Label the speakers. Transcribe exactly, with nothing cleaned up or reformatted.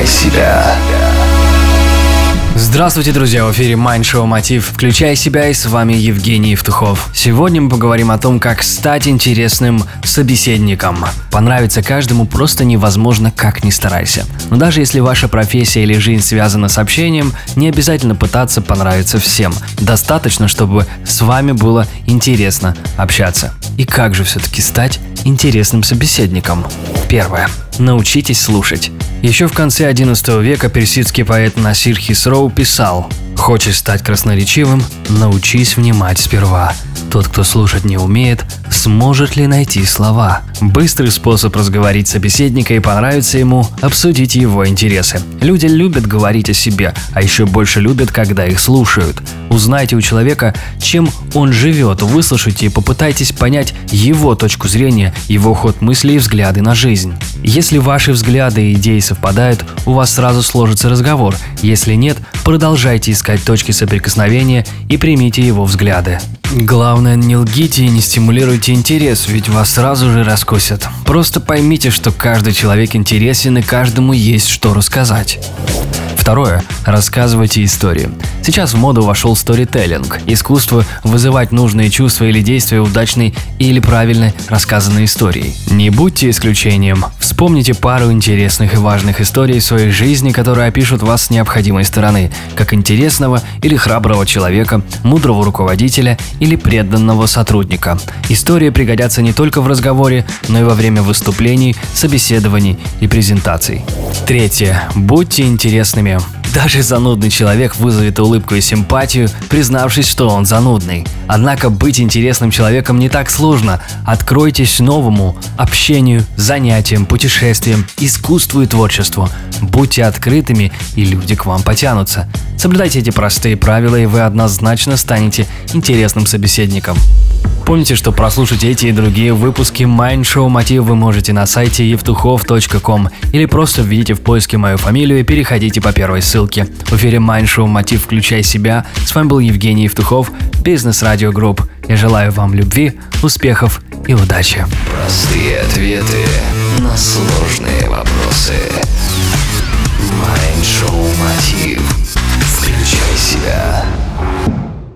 Speaker 1: Включай себя.
Speaker 2: Здравствуйте, друзья! В эфире Mind Show Мотив. Включай себя, и с вами Евгений Евтухов. Сегодня мы поговорим о том, как стать интересным собеседником. Понравиться каждому просто невозможно, как ни старайся. Но даже если ваша профессия или жизнь связана с общением, не обязательно пытаться понравиться всем. Достаточно, чтобы с вами было интересно общаться. И как же все-таки стать интересным собеседником? Первое. Научитесь слушать. Еще в конце одиннадцатого века персидский поэт Насир Хисроу писал: «Хочешь стать красноречивым? Научись внимать сперва. Тот, кто слушать не умеет, сможет ли найти слова?» Быстрый способ разговорить собеседника и понравиться ему – обсудить его интересы. Люди любят говорить о себе, а еще больше любят, когда их слушают. Узнайте у человека, чем он живет, выслушайте и попытайтесь понять его точку зрения, его ход мыслей и взгляды на жизнь. Если ваши взгляды и идеи совпадают, у вас сразу сложится разговор. Если нет, продолжайте искать точки соприкосновения и примите его взгляды. Главное, не лгите и не стимулируйте интерес, ведь вас сразу же раскусят. Просто поймите, что каждый человек интересен и каждому есть что рассказать. Второе. Рассказывайте истории. Сейчас в моду вошел сторителлинг – искусство вызывать нужные чувства или действия удачной или правильно рассказанной историей. Не будьте исключением. Вспомните пару интересных и важных историй в своей жизни, которые опишут вас с необходимой стороны, как интересного или храброго человека, мудрого руководителя или преданного сотрудника. Истории пригодятся не только в разговоре, но и во время выступлений, собеседований и презентаций. Третье. Будьте интересными. Даже занудный человек вызовет улыбку и симпатию, признавшись, что он занудный. Однако быть интересным человеком не так сложно. Откройтесь новому общению, занятиям, путешествиям, искусству и творчеству. Будьте открытыми, и люди к вам потянутся. Соблюдайте эти простые правила, и вы однозначно станете интересным собеседником. Помните, что прослушать эти и другие выпуски Mind Show Мотив вы можете на сайте евтухов точка ком или просто введите в поиске мою фамилию и переходите по первой ссылке. В эфире Mind Show Мотив «Включай себя». С вами был Евгений Евтухов, Business Radio Group. Я желаю вам любви, успехов и удачи.
Speaker 1: Простые ответы на сложные вопросы. Mind Show Мотив. Включай себя.